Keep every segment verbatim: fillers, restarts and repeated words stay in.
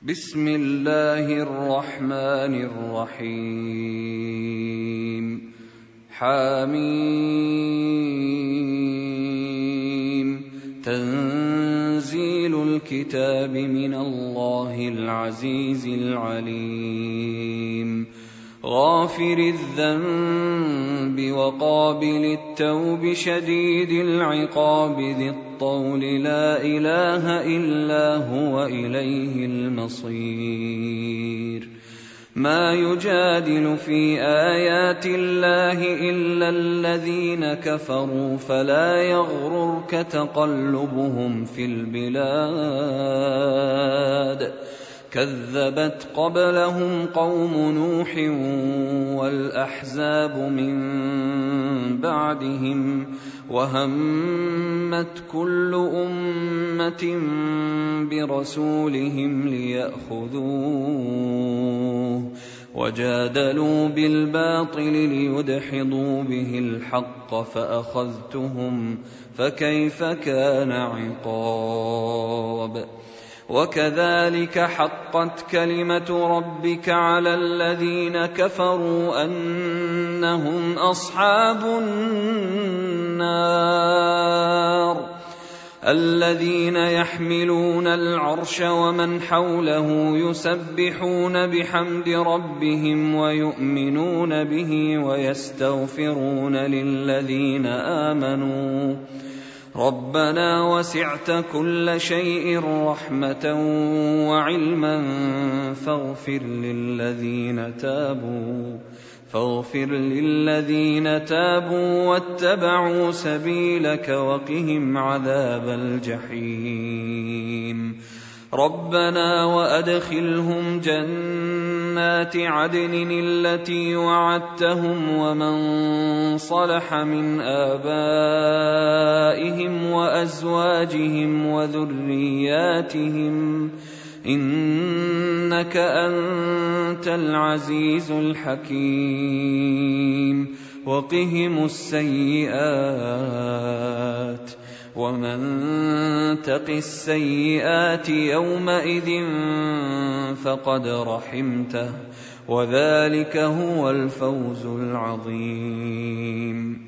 بسم الله الرحمن الرحيم. حميم. تنزيل الكتاب من الله العزيز العليم. غافر الذنب وقابل التوب شديد العقاب ذي الطول لا إله إلا هو إليه المصير. ما يجادل في آيات الله إلا الذين كفروا فلا يغررك تقلبهم في البلاد. كذبت قبلهم قوم نوح والأحزاب من بعدهم وهمت كل أمة برسولهم ليأخذوه وجادلوا بالباطل ليدحضوا به الحق فأخذتهم فكيف كان عقاب. وكذلك حقت كلمة ربك على الذين كفروا أنهم أصحاب النار. الذين يحملون العرش ومن حوله يسبحون بحمد ربهم ويؤمنون به ويستغفرون للذين آمنوا ربنا وسعت كل شيء رحمة وعلما فاغفر للذين تابوا فاغفر للذين تابوا واتبعوا سبيلك وقهم عذاب الجحيم. ربنا وأدخلهم جنات عدن التي وعدتهم ومن صلح من آبائهم وأزواجهم وذرياتهم إنك أنت العزيز الحكيم. وقهم السيئات ومن تق السيئات يومئذ فقد رحمته وذلك هو الفوز العظيم.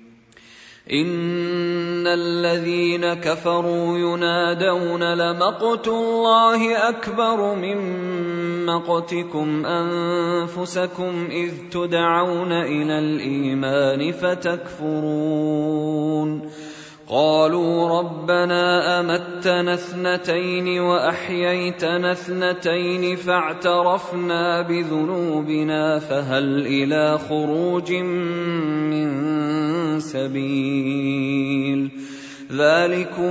إن الذين كفروا ينادون لمقت الله أكبر من مقتكم أنفسكم إذ تدعون إلى الإيمان فتكفرون. قالوا ربنا أمتنا اثنتين وأحييتنا اثنتين فاعترفنا بذنوبنا فهل إلى خروج من سبيل. ذلكم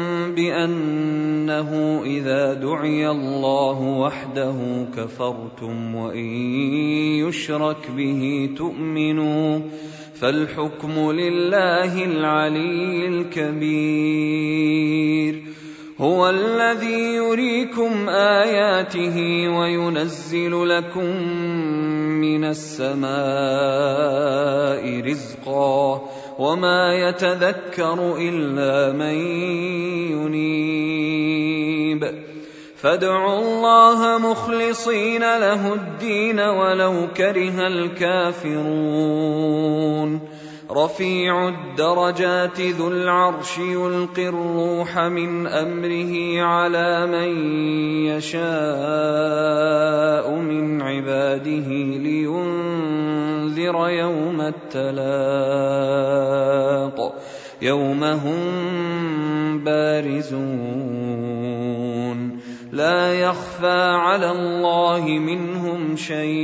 بأنه إذا دعي الله وحده كفرتم وإن يشرك به تؤمنوا فالحكم لله العلي الكبير. هو الذي يريكم آياته وينزل لكم من السماء رزقا وما يتذكر إلا من ينيب. فادعوا الله مخلصين له الدين ولو كره الكافرون. رفيع الدرجات ذو العرش يلقي الروح من أمره على من يشاء من عباده لينذر يوم التلاق يوم هم بارزون لا يخفى على الله منهم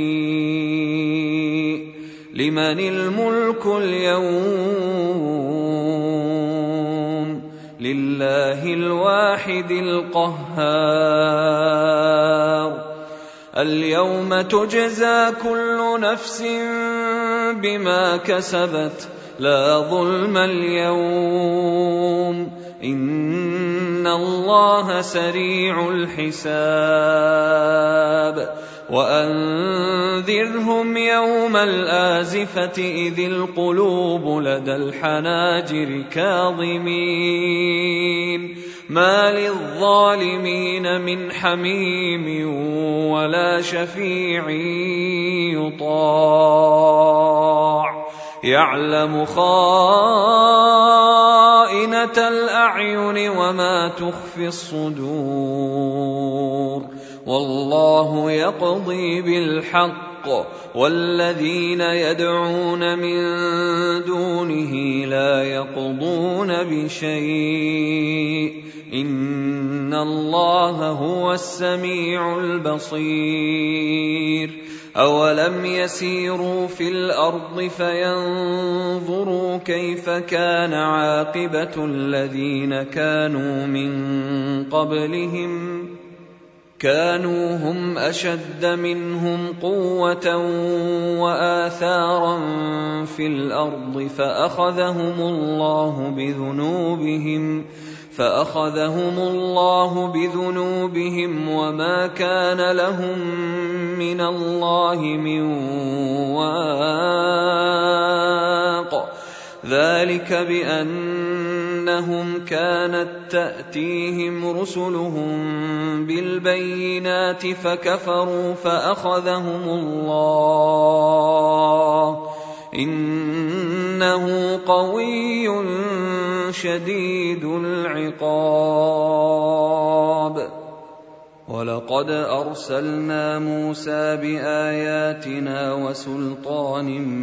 شيء. لمن الملك اليوم لله الواحد القهار. اليوم تجزى كل نفس بما كسبت لا ظلم اليوم إن الله سريع الحساب. وأنذرهم يوم الآزفة إذ القلوب لدى الحناجر كاظمين ما للظالمين من حميم ولا شفيع يطاع يعلم خائنة الأعين وما تخفي الصدور والله يقضي بالحق والذين يدعون من دونه لا يقضون بشيء إن الله هو السميع البصير أولم يسيروا في الأرض فينظروا كيف كان عاقبة الذين كانوا من قبلهم كانوا هم أشد منهم قوة وآثارا في الأرض فأخذهم الله بذنوبهم فأخذهم الله بذنوبهم وما كان لهم من الله من واق ذلك بأنهم كانت تأتيهم رسلهم بالبينات فكفروا فأخذهم الله إنه قوي شديد العقاب ولقد أرسلنا موسى بآياتنا وسلطان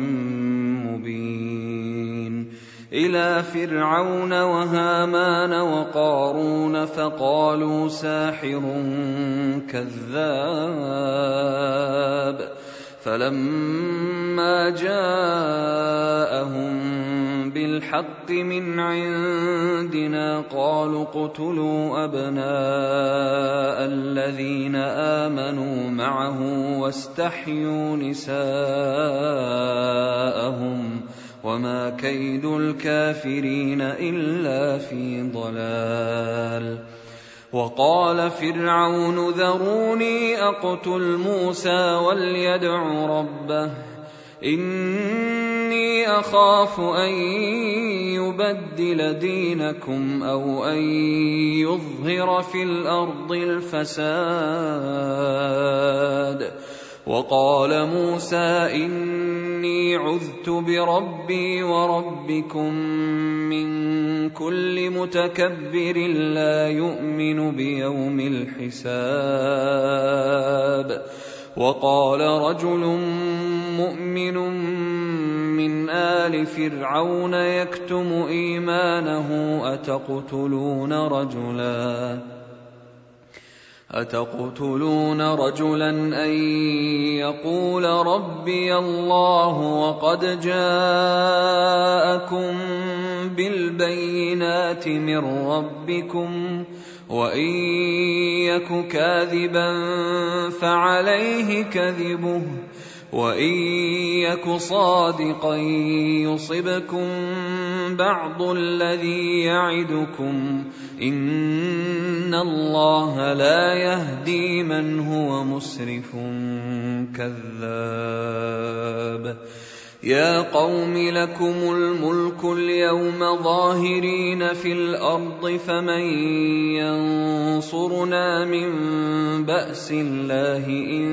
مبين إلى فرعون وهامان وقارون فقالوا ساحر كذاب فلما جاءهم بالحق من عندنا قالوا اقتلوا أبناء الذين آمنوا معه واستحيوا نساءهم وما كيد الكافرين إلا في ضلال وقال فرعون ذروني أقتل موسى وليدع ربه إني أخاف أن يبدل دينكم أو أن يظهر في الأرض الفساد وقال موسى إني عذت بربي وربكم من كل متكبر لا يؤمن بيوم الحساب وقال رجل مؤمن من آل فرعون يكتم إيمانه أتقتلون رجلا أتقتلون رجلا أن يقول ربي الله وقد جاءكم بالبينات من ربكم وإن يك كاذبا فعليه كذبه وإن يك صادقا يصبكم بعض الذي يعدكم إن الله لا يهدي من هو مسرف كذاب يا قوم لكم الملك اليوم ظاهرين في الأرض فمن ينصرنا من بأس الله إن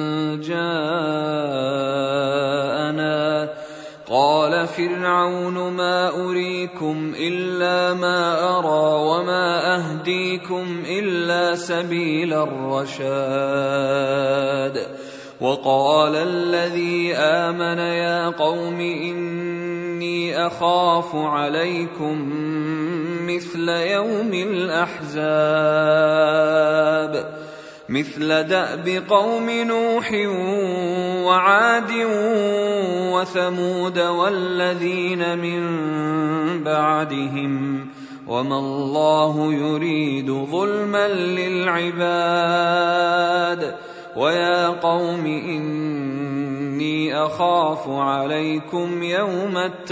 جاءنا قال فرعون ما أريكم إلا ما أرى وما أهديكم إلا سبيل الرشاد وقال الذي آمن يا قوم إني أخاف عليكم مثل يوم الأحزاب مثل دأب قوم نوح وعاد وثمود والذين من بعدهم وما الله يريد ظلما للعباد ويا قوم إني أخاف عليكم يوم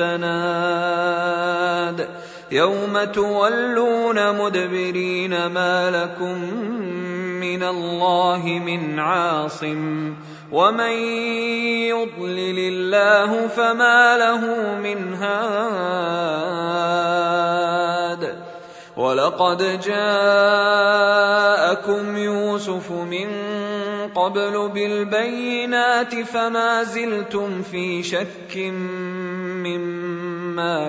التناد يوم تولون مدبرين ما لكم من الله من عاصم ومن يضلل الله فما له من هاد ولقد جاءكم يوسف من قبل بالبينات فما زلتم في شك مما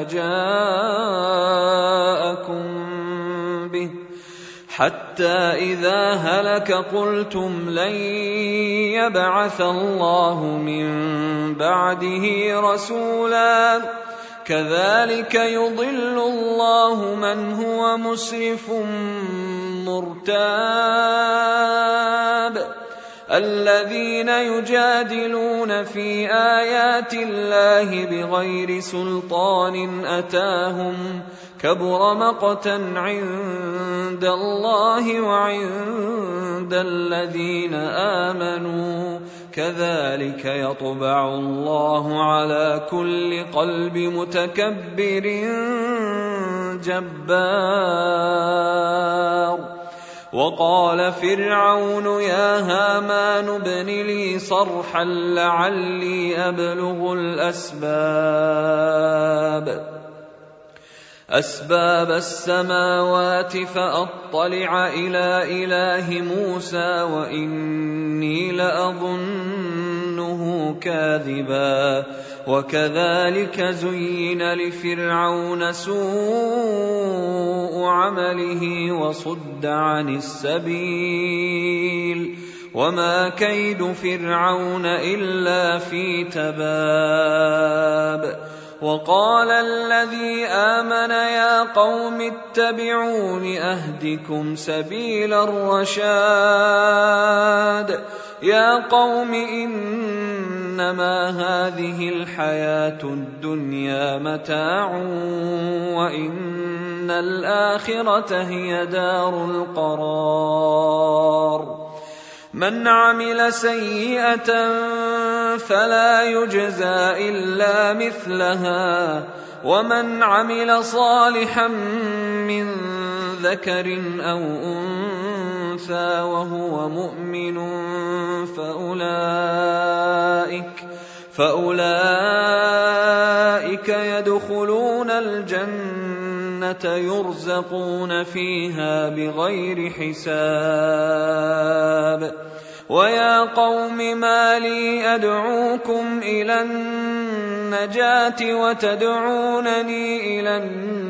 جاءكم به حتى إذا هلك قلتم لن يبعث الله من بعده رسولا كذلك يضل الله من هو مسرف مرتاب الذين يجادلون في آيات الله بغير سلطان أتاهم كبر مقتا عند الله وعند الذين آمنوا كذلك يطبع الله على كل قلب متكبر جبار. وقال فرعون يا هامان ابن لي صرحا لعلي أبلغ الأسباب أسباب السماوات فأطلع إلى إله موسى وإني لأظنه كاذبا وكذلك زين لفرعون سوء عمله وصد عن السبيل وما كيد فرعون إلا في تباب. وقال الذي آمن يا قوم اتبعون أهدكم سبيل الرشاد يا قوم إنما هذه الحياة الدنيا متاع وإن الآخرة هي دار القرار من عمل سيئة فلا يجزى إلا مثلها ومن عمل صالحا من ذكر أو أنثى وهو مؤمن فأولئك, فأولئك يدخلون الجنة يرزقون فيها بغير حساب. ويا قوم ما لي أدعوكم إلى النجاة وتدعونني إلى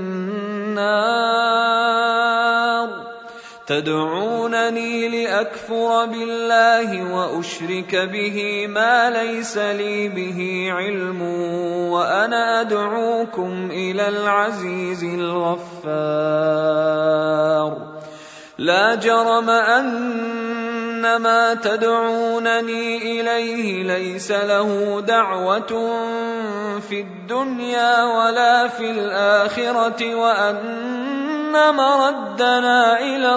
النار تدعونني لأكفر بالله وأشرك به ما ليس لي به علم وأنا أدعوكم إلى العزيز الغفار لا جرم أن ما تدعونني إليه ليس له دعوة في الدنيا ولا في الآخرة وأن مردنا إلى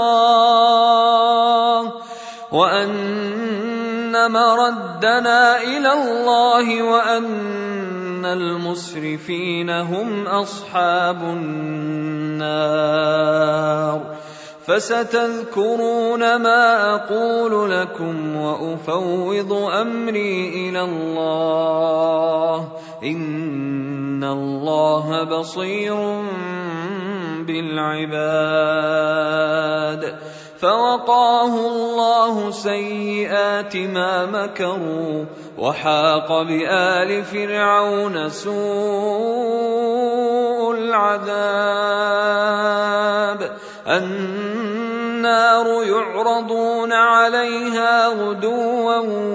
الله وأن مردنا إلى الله وأن المسرفين هم أصحاب النار فستذكرون ما أقول لكم وأفوض أمري إلى الله إن الله بصير بالعباد. فوقاه الله سيئات ما مكروا وحاق بآل فرعون سوء العذاب النار يعرضون عليها غدوا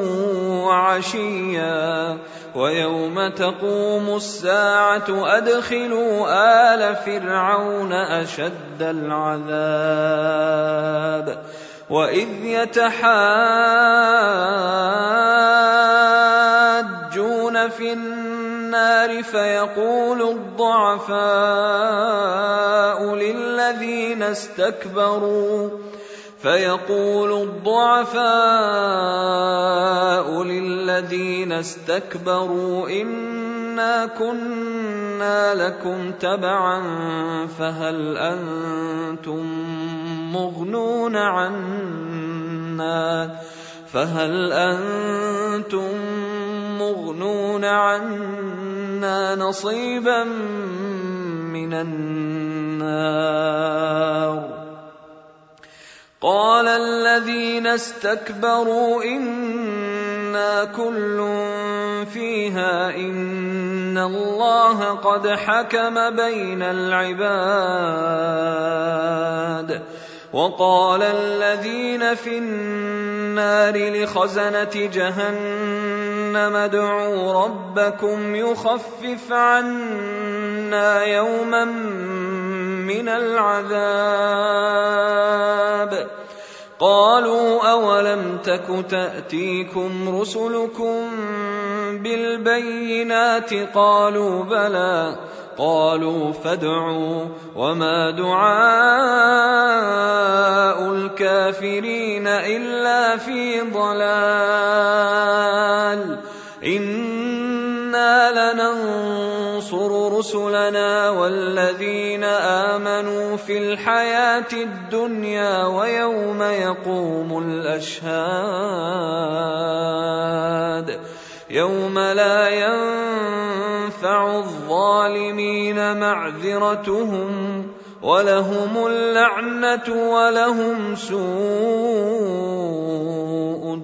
وعشيا ويوم تقوم الساعة أدخلوا آل فرعون أشد العذاب وإذ يتحاجون في النار فيقول الضعفاء للذين استكبروا فيقول الضعفاء للذين استكبروا إنا كنا لكم تبعا فهل أنتم مغنون عنا فهل أنتم مغنون عنا نصيبا من النار. قال الذين استكبروا إنا كل فيها إن الله قد حكم بين العباد. وقال الذين في النار لخزنة جهنم ادعوا ربكم يخفف عنا يوما من العذاب. قالوا أولم تك تأتيكم رسلكم بالبينات قالوا بلى. قالوا فادعوا وما دعاء الكافرين إلا في ضلال. إنا لننصر رسلنا والذين آمنوا في الحياة الدنيا ويوم يقوم الأشهاد يوم لا ينفع الظالمين معذرتهم ولهم اللعنة ولهم سوء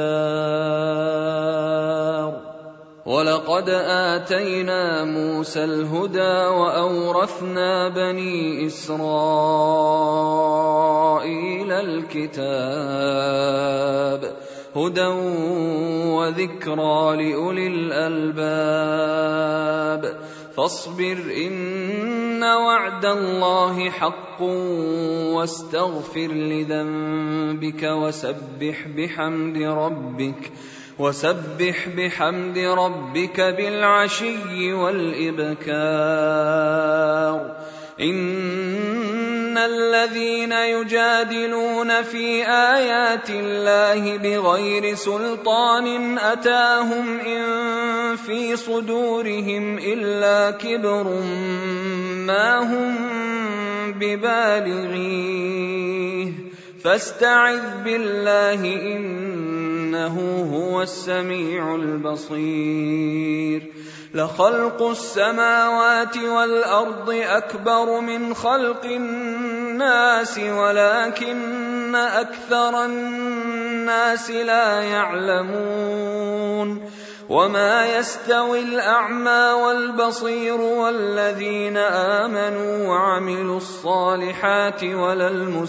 الدار. ولقد آتينا موسى الهدى وأورثنا بني إسرائيل الكتاب هدى وذكرى لأولي الألباب. فاصبر إن وعد الله حق واستغفر لذنبك وسبح بحمد ربك وسبح بحمد ربك بالعشي والإبكار. إن الذين يجادلون في آيات الله بغير سلطان أتاهم إن في صدورهم إلا كبر ما هم ببالغيه فاستعذ بالله إنه هو السميع البصير. لخلق السماوات والأرض أكبر من خلق الناس ولكن أكثر الناس لا يعلمون. وما يستوي الأعمى والبصير والذين آمنوا وعملوا الصالحات ولا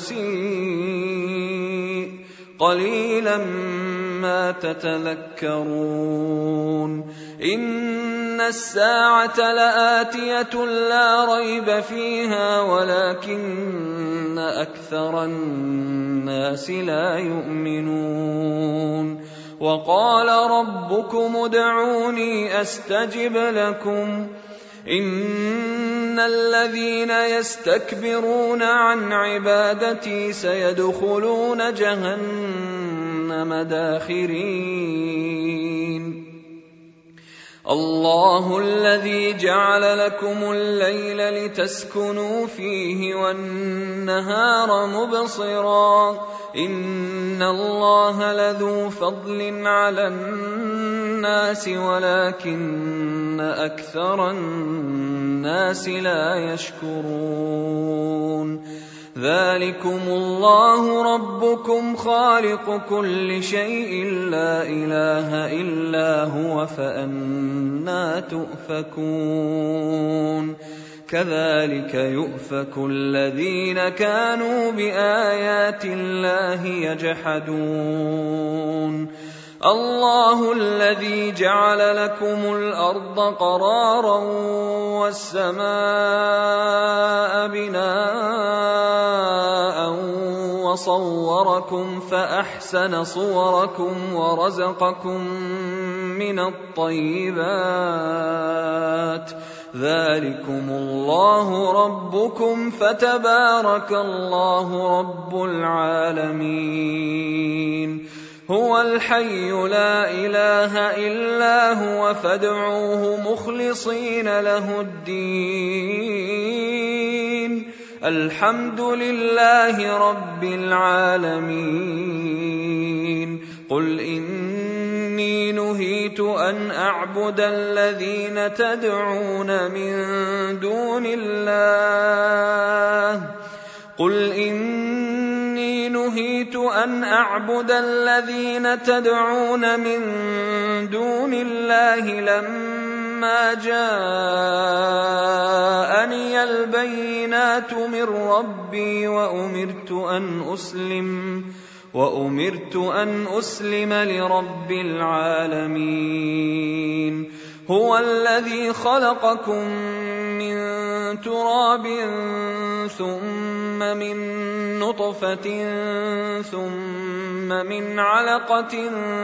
المسيء قليلا ما تتذكرون. إن الساعة لآتية لا ريب فيها ولكن أكثر الناس لا يؤمنون. وقال ربكم ادعوني أستجب لكم إن الذين يستكبرون عن عبادتي سيدخلون جهنم داخرين. الله الذي جعل لكم الليل لتسكنوا فيه والنهار مبصرا إن الله لذو فضل على الناس ولكن أكثر الناس لا يشكرون. ذلكم الله ربكم خالق كل شيء لا إله إلا هو فأنى تؤفكون. كذلك يؤفك الذين كانوا بآيات الله يجحدون. الله الذي جعل لكم الأرض قرارا والسماء بناء وصوركم فأحسن صوركم ورزقكم من الطيبات ذلكم الله ربكم فتبارك الله رب العالمين. هو الحي لا إله إلا هو فادعوه مخلصين له الدين الحمد لله رب العالمين. قل إني نهيت نهيت أن أعبد الذين تدعون من دون الله قل إني نهيت أن أعبد الذين تدعون من دون الله لما جاءني البينات من ربي وأمرت أن أسلم وأمرت أن أسلم لرب العالمين هو الذي خلقكم من تراب ثم من نطفة ثم من علقة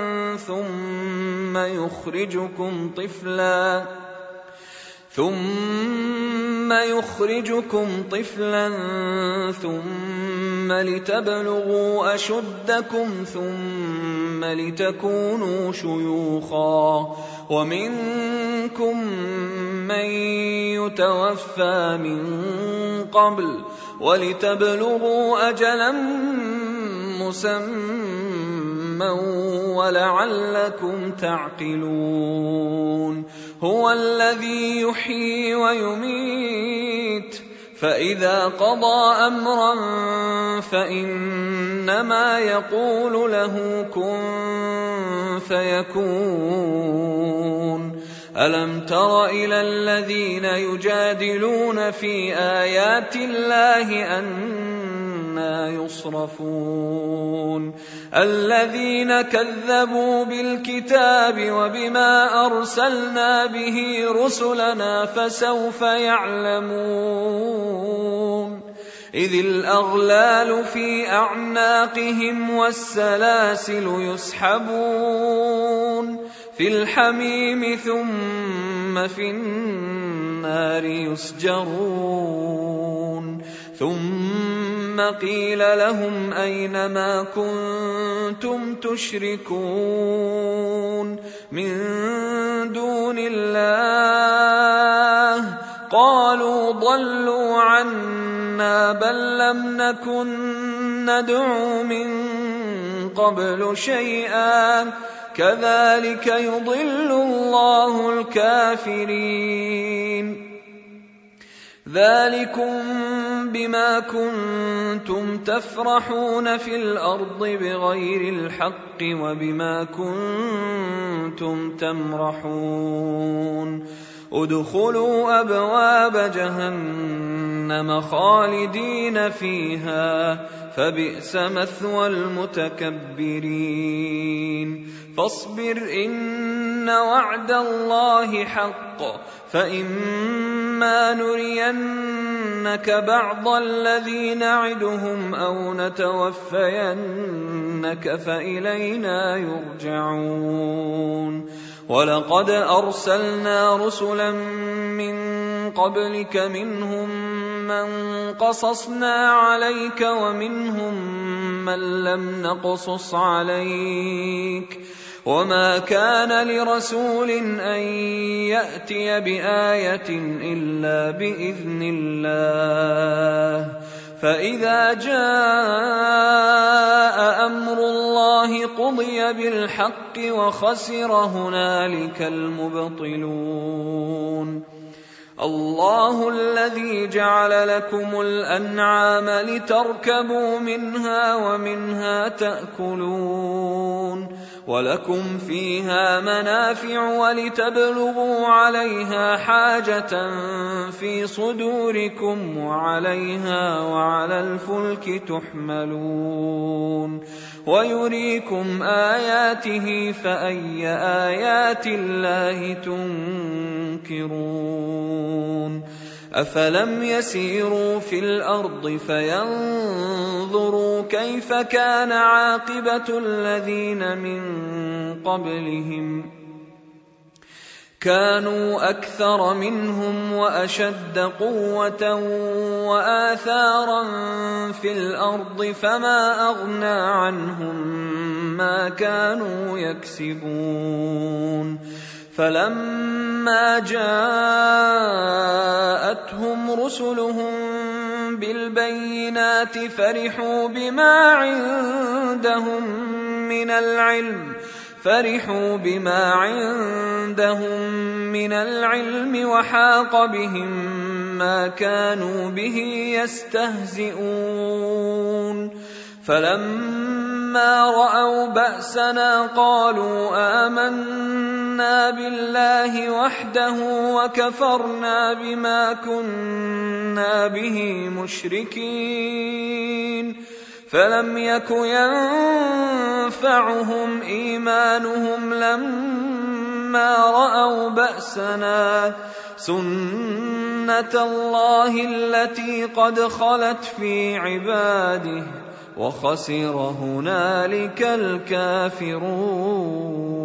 ثم يخرجكم طفلا ثم يخرجكم طفلا ثم لتبلغوا أشدكم ثم لتكونوا شيوخا ومنكم من يتوفى من قبل ولتبلغوا أجلا مسمى ولعلكم تعقلون هو الذي يحيي ويميت فإذا قضى أمرا فإنما يقول له كن فيكون ألم تر إلى الذين يجادلون في آيات الله أنى يصرفون الذين كذبوا بالكتاب وبما أرسلنا به رسلنا فسوف يعلمون إذ الأغلال في أعناقهم والسلاسل يسحبون في الحميم ثم في النار يسجرون ثم قيل لهم أين ما كنتم تشركون من دون الله قالوا ضلوا عنا بل لم نكن ندعو من قبل شيئا كذلك يضل الله الكافرين ذلكم بما كنتم تفرحون في الأرض بغير الحق وبما كنتم تمرحون ادخلوا أبواب جهنم خالدين فيها فبئس مثوى المتكبرين فاصبر إن وعد الله حق فإما نرينك بعض الذي نعدهم أو نتوفينك فإلينا يرجعون ولقد أرسلنا رسلا من قبلك منهم من قصصنا عليك ومنهم من لم نقصص عليك وما كان لرسول أن يأتي بآية إلا بإذن الله فإذا جاء أمر الله قضي بالحق وخسر هنالك المبطلون الله الذي جعل لكم الأنعام لتركبوا منها ومنها تأكلون ولكم فيها منافع ولتبلغوا عليها حاجة في صدوركم وعليها وعلى الفلك تحملون ويريكم آياته فأي آيات الله تنكرون أفلم يسيروا في الأرض فينظروا كيف كان عاقبة الذين من قبلهم كانوا أكثر منهم وأشد قوة وآثارا في الأرض فما أغنى عنهم ما كانوا يكسبون فلما جاءتهم رسلهم بالبينات فرحوا بما عندهم من العلم فرحوا بما عندهم من العلم وحاق بهم ما كانوا به يستهزئون فلما رأوا بأسنا قالوا آمنا بالله وحده وكفرنا بما كنا به مشركين فلم يك ينفعهم إيمانهم لما رأوا بأسنا سنة الله التي قد خلت في عباده وخسر هنالك الكافرون.